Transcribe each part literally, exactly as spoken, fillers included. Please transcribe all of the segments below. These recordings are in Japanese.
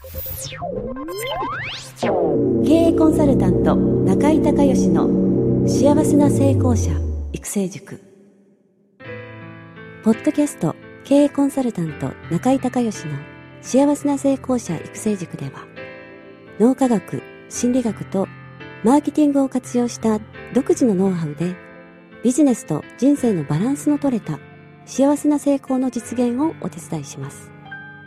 経営コンサルタント中井孝義の幸せな成功者育成塾。ポッドキャスト経営コンサルタント中井孝義の幸せな成功者育成塾では、脳科学、心理学とマーケティングを活用した独自のノウハウで、ビジネスと人生のバランスの取れた幸せな成功の実現をお手伝いします。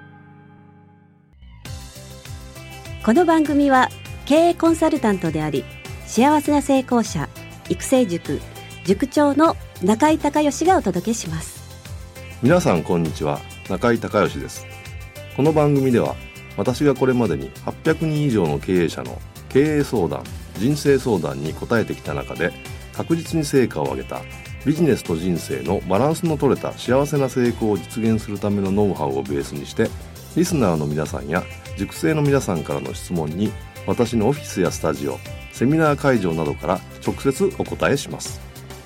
この番組は経営コンサルタントであり、幸せな成功者育成塾塾長の中井孝義がお届けします。 皆さんこんにちは、中井孝義です。この番組では、私がこれまでにはっぴゃくにん以上の経営者の経営相談、人生相談に答えてきた中で、確実に成果を上げたビジネスと人生のバランスの取れた幸せな成功を実現するためのノウハウをベースにして、リスナーの皆さんや塾生の皆さんからの質問に、私のオフィスやスタジオ、セミナー会場などから直接お答えします。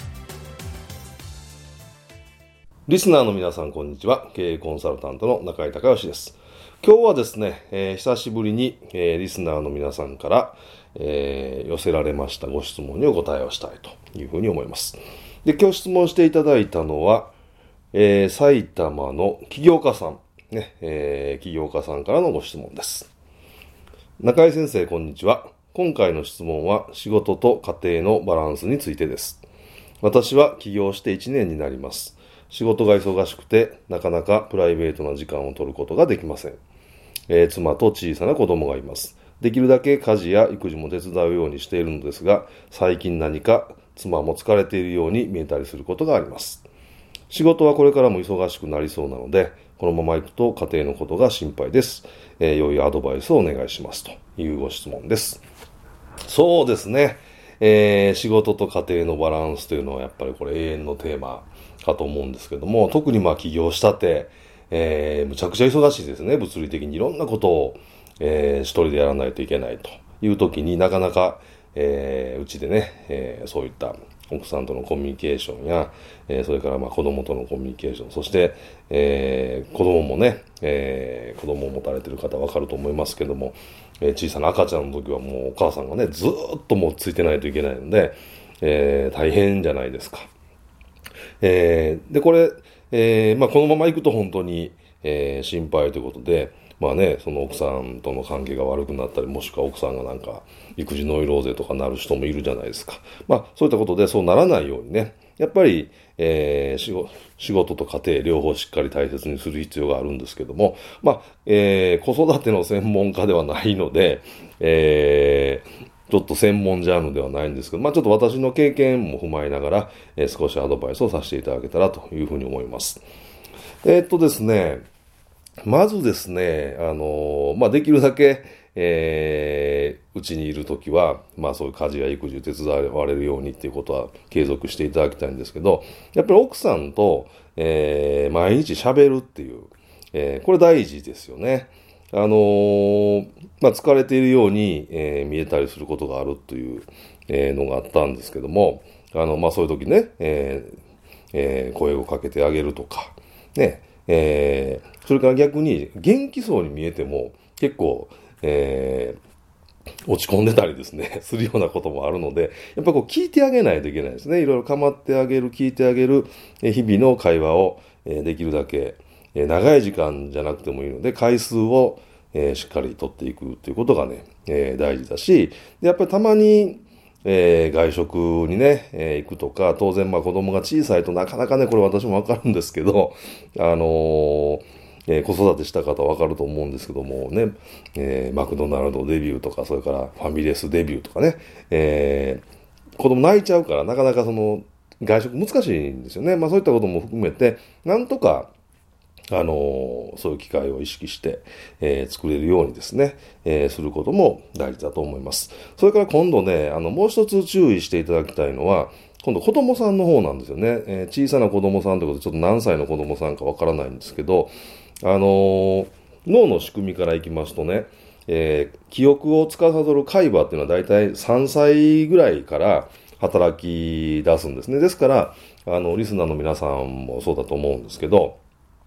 リスナーの皆さんこんにちは、経営コンサルタントの中井孝義です。今日はですね、えー、久しぶりに、えー、リスナーの皆さんから、えー、寄せられましたご質問にお答えをしたいというふうに思います。で、今日質問していただいたのは、えー、埼玉の起業家さん、ねえー、起業家さんからのご質問です。中井先生こんにちは。今回の質問は仕事と家庭のバランスについてです。私は起業していちねんになります。仕事が忙しくてなかなかプライベートな時間を取ることができません。えー、妻と小さな子供がいます。できるだけ家事や育児も手伝うようにしているのですが、最近何か妻も疲れているように見えたりすることがあります。仕事はこれからも忙しくなりそうなので、このままいくと家庭のことが心配です。えー、良いアドバイスをお願いしますというご質問です。そうですね、えー、仕事と家庭のバランスというのはやっぱりこれ永遠のテーマかと思うんですけども、特にまあ起業したて、えー、むちゃくちゃ忙しいですね。物理的にいろんなことを、えー、一人でやらないといけないという時になかなか、えー、うちでね、えー、そういった奥さんとのコミュニケーションや、えー、それからまあ子供とのコミュニケーション、そして、えー、子供もね、えー、子供を持たれている方はわかると思いますけども、えー、小さな赤ちゃんの時はもうお母さんがね、ずーっともうついてないといけないので、えー、大変じゃないですか。えー、で、これ、えー、まあこのまま行くと本当に、えー、心配ということで、まあね、その奥さんとの関係が悪くなったり、もしくは奥さんがなんか育児ノイローゼとかなる人もいるじゃないですか。まあそういったことでそうならないようにね、やっぱり、えー、仕事、仕事と家庭両方しっかり大切にする必要があるんですけども、まあ、えー、子育ての専門家ではないので、えー、ちょっと専門ジャンルではないんですけど、まあちょっと私の経験も踏まえながら、えー、少しアドバイスをさせていただけたらというふうに思います。えー、っとですね、まずですね、あのー、まあできるだけ、えー、うちにいるときは、まあそういう家事や育児を手伝われるようにっていうことは継続していただきたいんですけど、やっぱり奥さんと、えー、毎日喋るっていう、えー、これ大事ですよね。あのー、まあ疲れているように、えー、見えたりすることがあるという、えー、のがあったんですけども、あの、まあそういう時ね、えーえー、声をかけてあげるとか、ね、えー、それから逆に元気そうに見えても結構、えー、落ち込んでたりですね、するようなこともあるので、やっぱこう聞いてあげないといけないですね。いろいろ構ってあげる、聞いてあげる、えー、日々の会話を、えー、できるだけ、えー、長い時間じゃなくてもいいので、回数を、えー、しっかり取っていくということがね、えー、大事だし、でやっぱりたまに、えー、外食にね、えー、行くとか、当然まあ子供が小さいとなかなかね、これ私もわかるんですけど、あのーえー、子育てした方はわかると思うんですけどもね、えー、マクドナルドデビューとか、それからファミレスデビューとかね、えー、子供泣いちゃうからなかなかその外食難しいんですよね。まあそういったことも含めて、なんとかあのそういう機会を意識して、えー、作れるようにですね、えー、することも大事だと思います。それから今度ね、あのもう一つ注意していただきたいのは、今度子供さんの方なんですよね。えー、小さな子供さんということでちょっと何歳の子供さんかわからないんですけど、あのー、脳の仕組みからいきますとね、えー、記憶を司る海馬っていうのはだいたいさんさいぐらいから働き出すんですね。ですから、あのリスナーの皆さんもそうだと思うんですけど、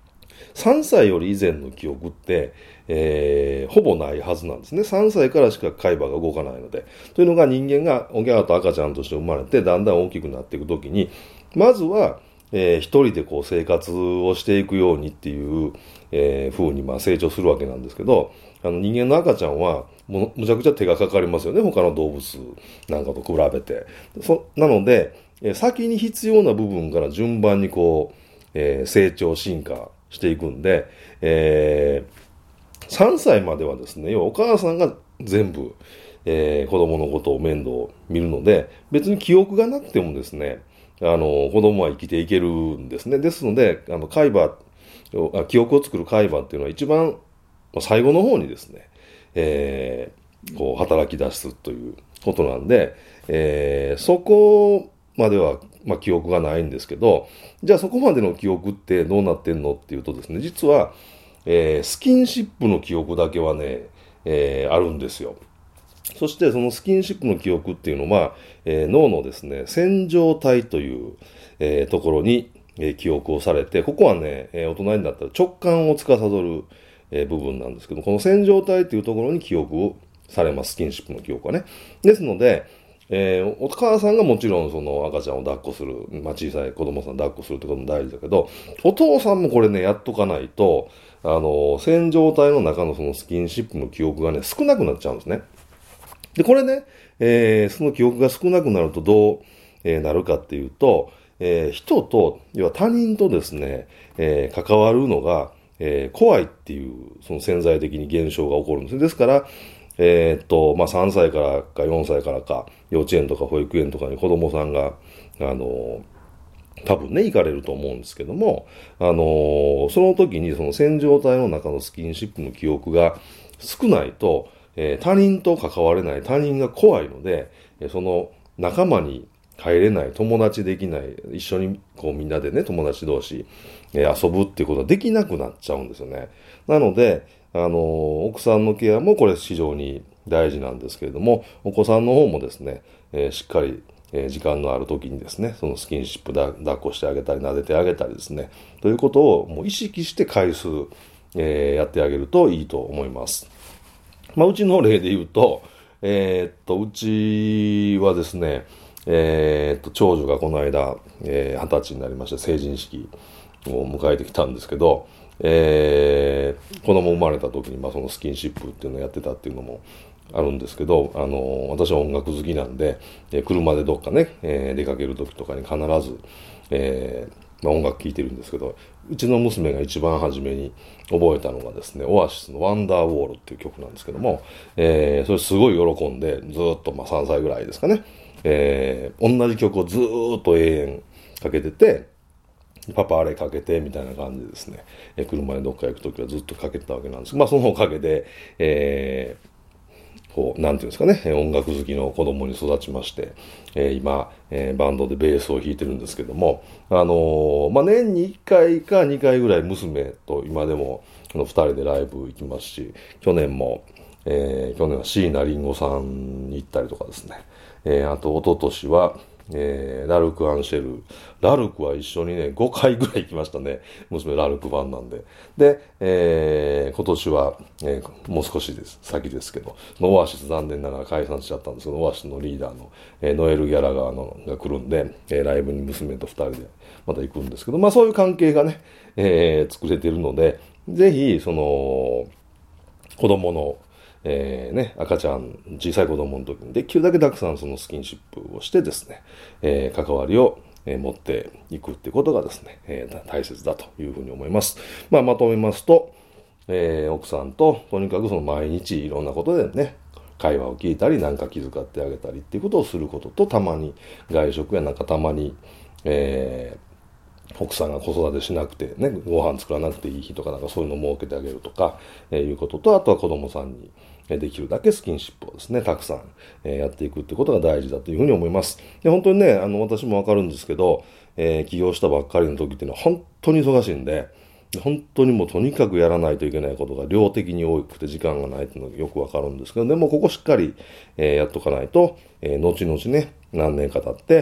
さんさいより以前の記憶って、えー、ほぼないはずなんですね。さんさいからしか海馬が動かないので。というのが人間がおぎゃーと赤ちゃんとして生まれてだんだん大きくなっていくときに、まずは、えー、一人でこう生活をしていくようにっていう、えー、風にまあ成長するわけなんですけど、あの人間の赤ちゃんはもむちゃくちゃ手がかかりますよね。他の動物なんかと比べて。そなので、えー、先に必要な部分から順番にこう、えー、成長進化していくんで、えー、さんさいまではですね、要はお母さんが全部、えー、子供のことを面倒を見るので、別に記憶がなくてもですね、あの子供は生きていけるんですね。ですので、あの海馬、記憶を作る海馬っていうのは一番最後の方にですね、えー、こう働き出すということなんで、えー、そこまでは、まあ、記憶がないんですけど、じゃあそこまでの記憶ってどうなってんのっていうとですね、実は、えー、スキンシップの記憶だけはね、えー、あるんですよ。そしてそのスキンシップの記憶っていうのは、えー、脳のですね、線条体という、えー、ところに、えー、記憶をされて、ここはね、えー、大人になったら直感を司る、えー、部分なんですけど、この線条体というところに記憶をされます、スキンシップの記憶はね。ですので、えー、お母さんがもちろんその赤ちゃんを抱っこする、まあ、小さい子供さんを抱っこするってことも大事だけど、お父さんもこれね、やっとかないと、あの、線条体の中のそのスキンシップの記憶がね、少なくなっちゃうんですね。で、これね、えー、その記憶が少なくなるとどう、えー、なるかっていうと、えー、人と、要は他人とですね、えー、関わるのが、えー、怖いっていう、その潜在的に現象が起こるんです。ですから、えー、っと、まあ、さんさいからかよんさいからか、幼稚園とか保育園とかに子供さんが、あの、多分ね、行かれると思うんですけども、あの、その時にその線条体の中のスキンシップの記憶が少ないと、えー、他人と関われない、他人が怖いので、その仲間に入れない、友達できない、一緒にこうみんなでね、友達同士、えー、遊ぶっていうことができなくなっちゃうんですよね。なので、あのー、奥さんのケアもこれ非常に大事なんですけれども、お子さんの方もですね、えー、しっかり、えー、時間のある時にですね、そのスキンシップだ抱っこしてあげたり、撫でてあげたりですね、ということをもう意識して回数、えー、やってあげるといいと思います。まあ、うちの例で言うと、えー、っと、うちはですね、えー、っと、長女がこの間、えー、二十歳になりまして成人式を迎えてきたんですけど、えー、子供生まれた時に、まあ、そのスキンシップっていうのをやってたっていうのもあるんですけど、あの、私は音楽好きなんで、えー、車でどっかね、えー、出かける時とかに必ず、えーまあ、音楽聴いてるんですけど、うちの娘が一番初めに覚えたのがですね、オアシスのワンダーウォールっていう曲なんですけども、えー、それすごい喜んで、ずっとまあさんさいぐらいですかね、えー、同じ曲をずーっと永遠かけてて、パパあれかけてみたいな感じでですね、えー、車でどっか行くときはずっとかけてたわけなんですけど、まあそのおかげで、えーこう、なんていうんですかね、音楽好きの子供に育ちまして、えー、今、えー、バンドでベースを弾いてるんですけども、あのー、まあ、年にいっかいかにかいぐらい娘と今でもあのふたりでライブ行きますし、去年も、えー、去年は椎名林檎さんに行ったりとかですね、えー、あと一昨年は、えー、ラルク・アンシェル。ラルクは一緒にね、ごかいぐらい行きましたね。娘ラルクファンなんで。で、えー、今年は、えー、もう少しです。先ですけど、オアシス残念ながら解散しちゃったんですけど、オアシスのリーダーの、えー、ノエル・ギャラガーのが来るんで、えー、ライブに娘とふたりでまた行くんですけど、まあそういう関係がね、えー、作れてるので、ぜひ、その、子供のえーね、赤ちゃん、小さい子供の時にできるだけたくさんそのスキンシップをしてですね、えー、関わりを、えー、持っていくっていうことがですね、えー、大切だというふうに思います。まあ、まとめますと、えー、奥さんととにかくその毎日いろんなことでね、会話を聞いたり、なんか気遣ってあげたりっていうことをすることと、たまに外食やなんかたまに、えー、奥さんが子育てしなくてね、ご飯作らなくていい日とかなんかそういうのを設けてあげるとか、えー、いうことと、あとは子供さんにできるだけスキンシップをですね、たくさん、えー、やっていくってことが大事だというふうに思います。で、本当にね、あの、私もわかるんですけど、えー、起業したばっかりの時っていうのは本当に忙しいんで、本当にもうとにかくやらないといけないことが量的に多くて時間がないっていうのがよくわかるんですけど、でもここしっかり、えー、やっとかないと、えー、後々ね、何年か経って、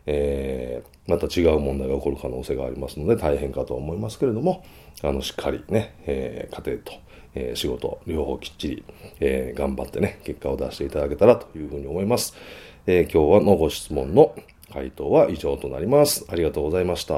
えー、また違う問題が起こる可能性がありますので大変かと思いますけれども、あのしっかりね、えー、家庭と、えー、仕事両方きっちり、えー、頑張ってね結果を出していただけたらというふうに思います。えー、今日のご質問の回答は以上となります。ありがとうございました。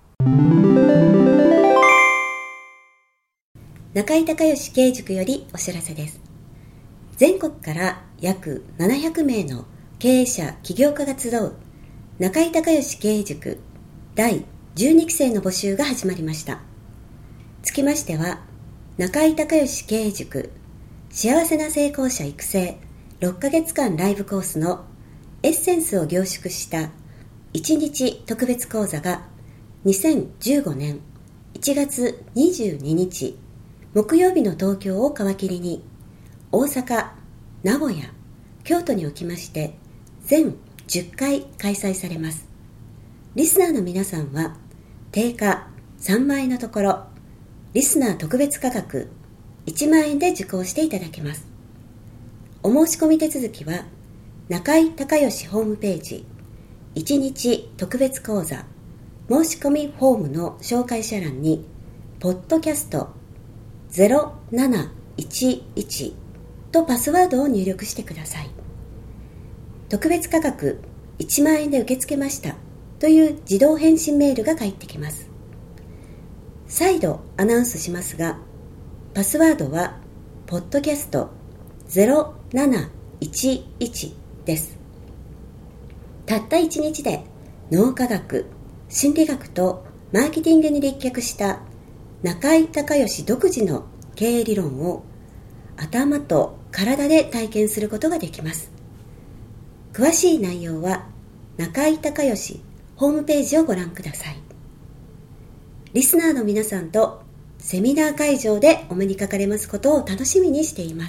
中井隆義経営塾よりお知らせです。全国から約ななひゃくめいの経営者起業家が集う中井隆義経営塾だいじゅうにきせいの募集が始まりました。つきましては、中井隆義経営塾幸せな成功者育成ろっかげつかんライブコースのエッセンスを凝縮したいちにち特別講座がにせんじゅうごねんいちがつにじゅうににち木曜日の東京を皮切りに大阪、名古屋、京都におきまして全じゅっかい開催されます。リスナーの皆さんは定価さんまんえんのところリスナー特別価格いちまんえんで受講していただけます。お申し込み手続きは中井隆義ホームページいちにち特別講座申し込みフォームの紹介者欄にポッドキャストゼロなないちいちとパスワードを入力してください。特別価格いちまんえんで受け付けましたという自動返信メールが返ってきます。再度アナウンスしますが、パスワードはポッドキャストゼロなないちいちです。たったいちにちで脳科学、心理学とマーケティングに立脚した中井隆義独自の経営理論を頭と体で体験することができます。詳しい内容は中井隆義ホームページをご覧ください。リスナーの皆さんとセミナー会場でお目にかかれますことを楽しみにしています。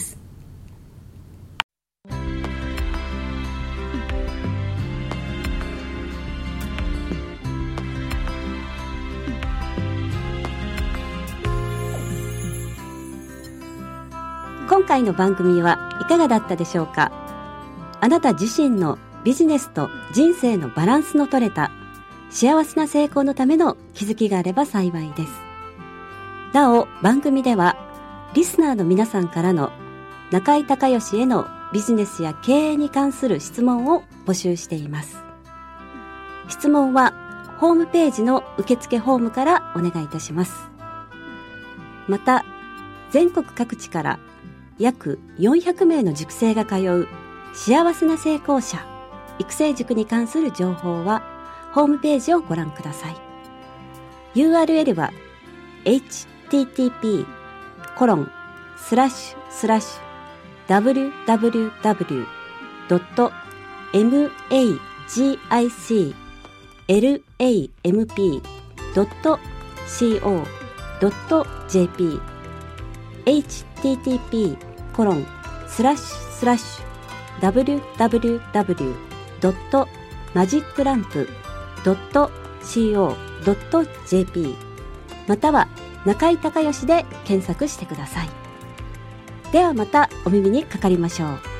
今回の番組はいかがだったでしょうか。あなた自身のビジネスと人生のバランスの取れた幸せな成功のための気づきがあれば幸いです。なお、番組ではリスナーの皆さんからの中井隆義へのビジネスや経営に関する質問を募集しています。質問はホームページの受付フォームからお願いいたします。また、全国各地から約よんひゃくめいの塾生が通う幸せな成功者育成塾に関する情報はホームページをご覧ください。 ユーアールエル は エイチティーティーピーコロンスラッシュスラッシュダブリュダブリュダブリュドットマジックドットコードットジェーピー エイチティーティーピーコロンスラッシュスラッシュダブリュダブリュダブリュドットマジックランプドットコードットジェーピー または中井隆義で検索してください。ではまたお耳にかかりましょう。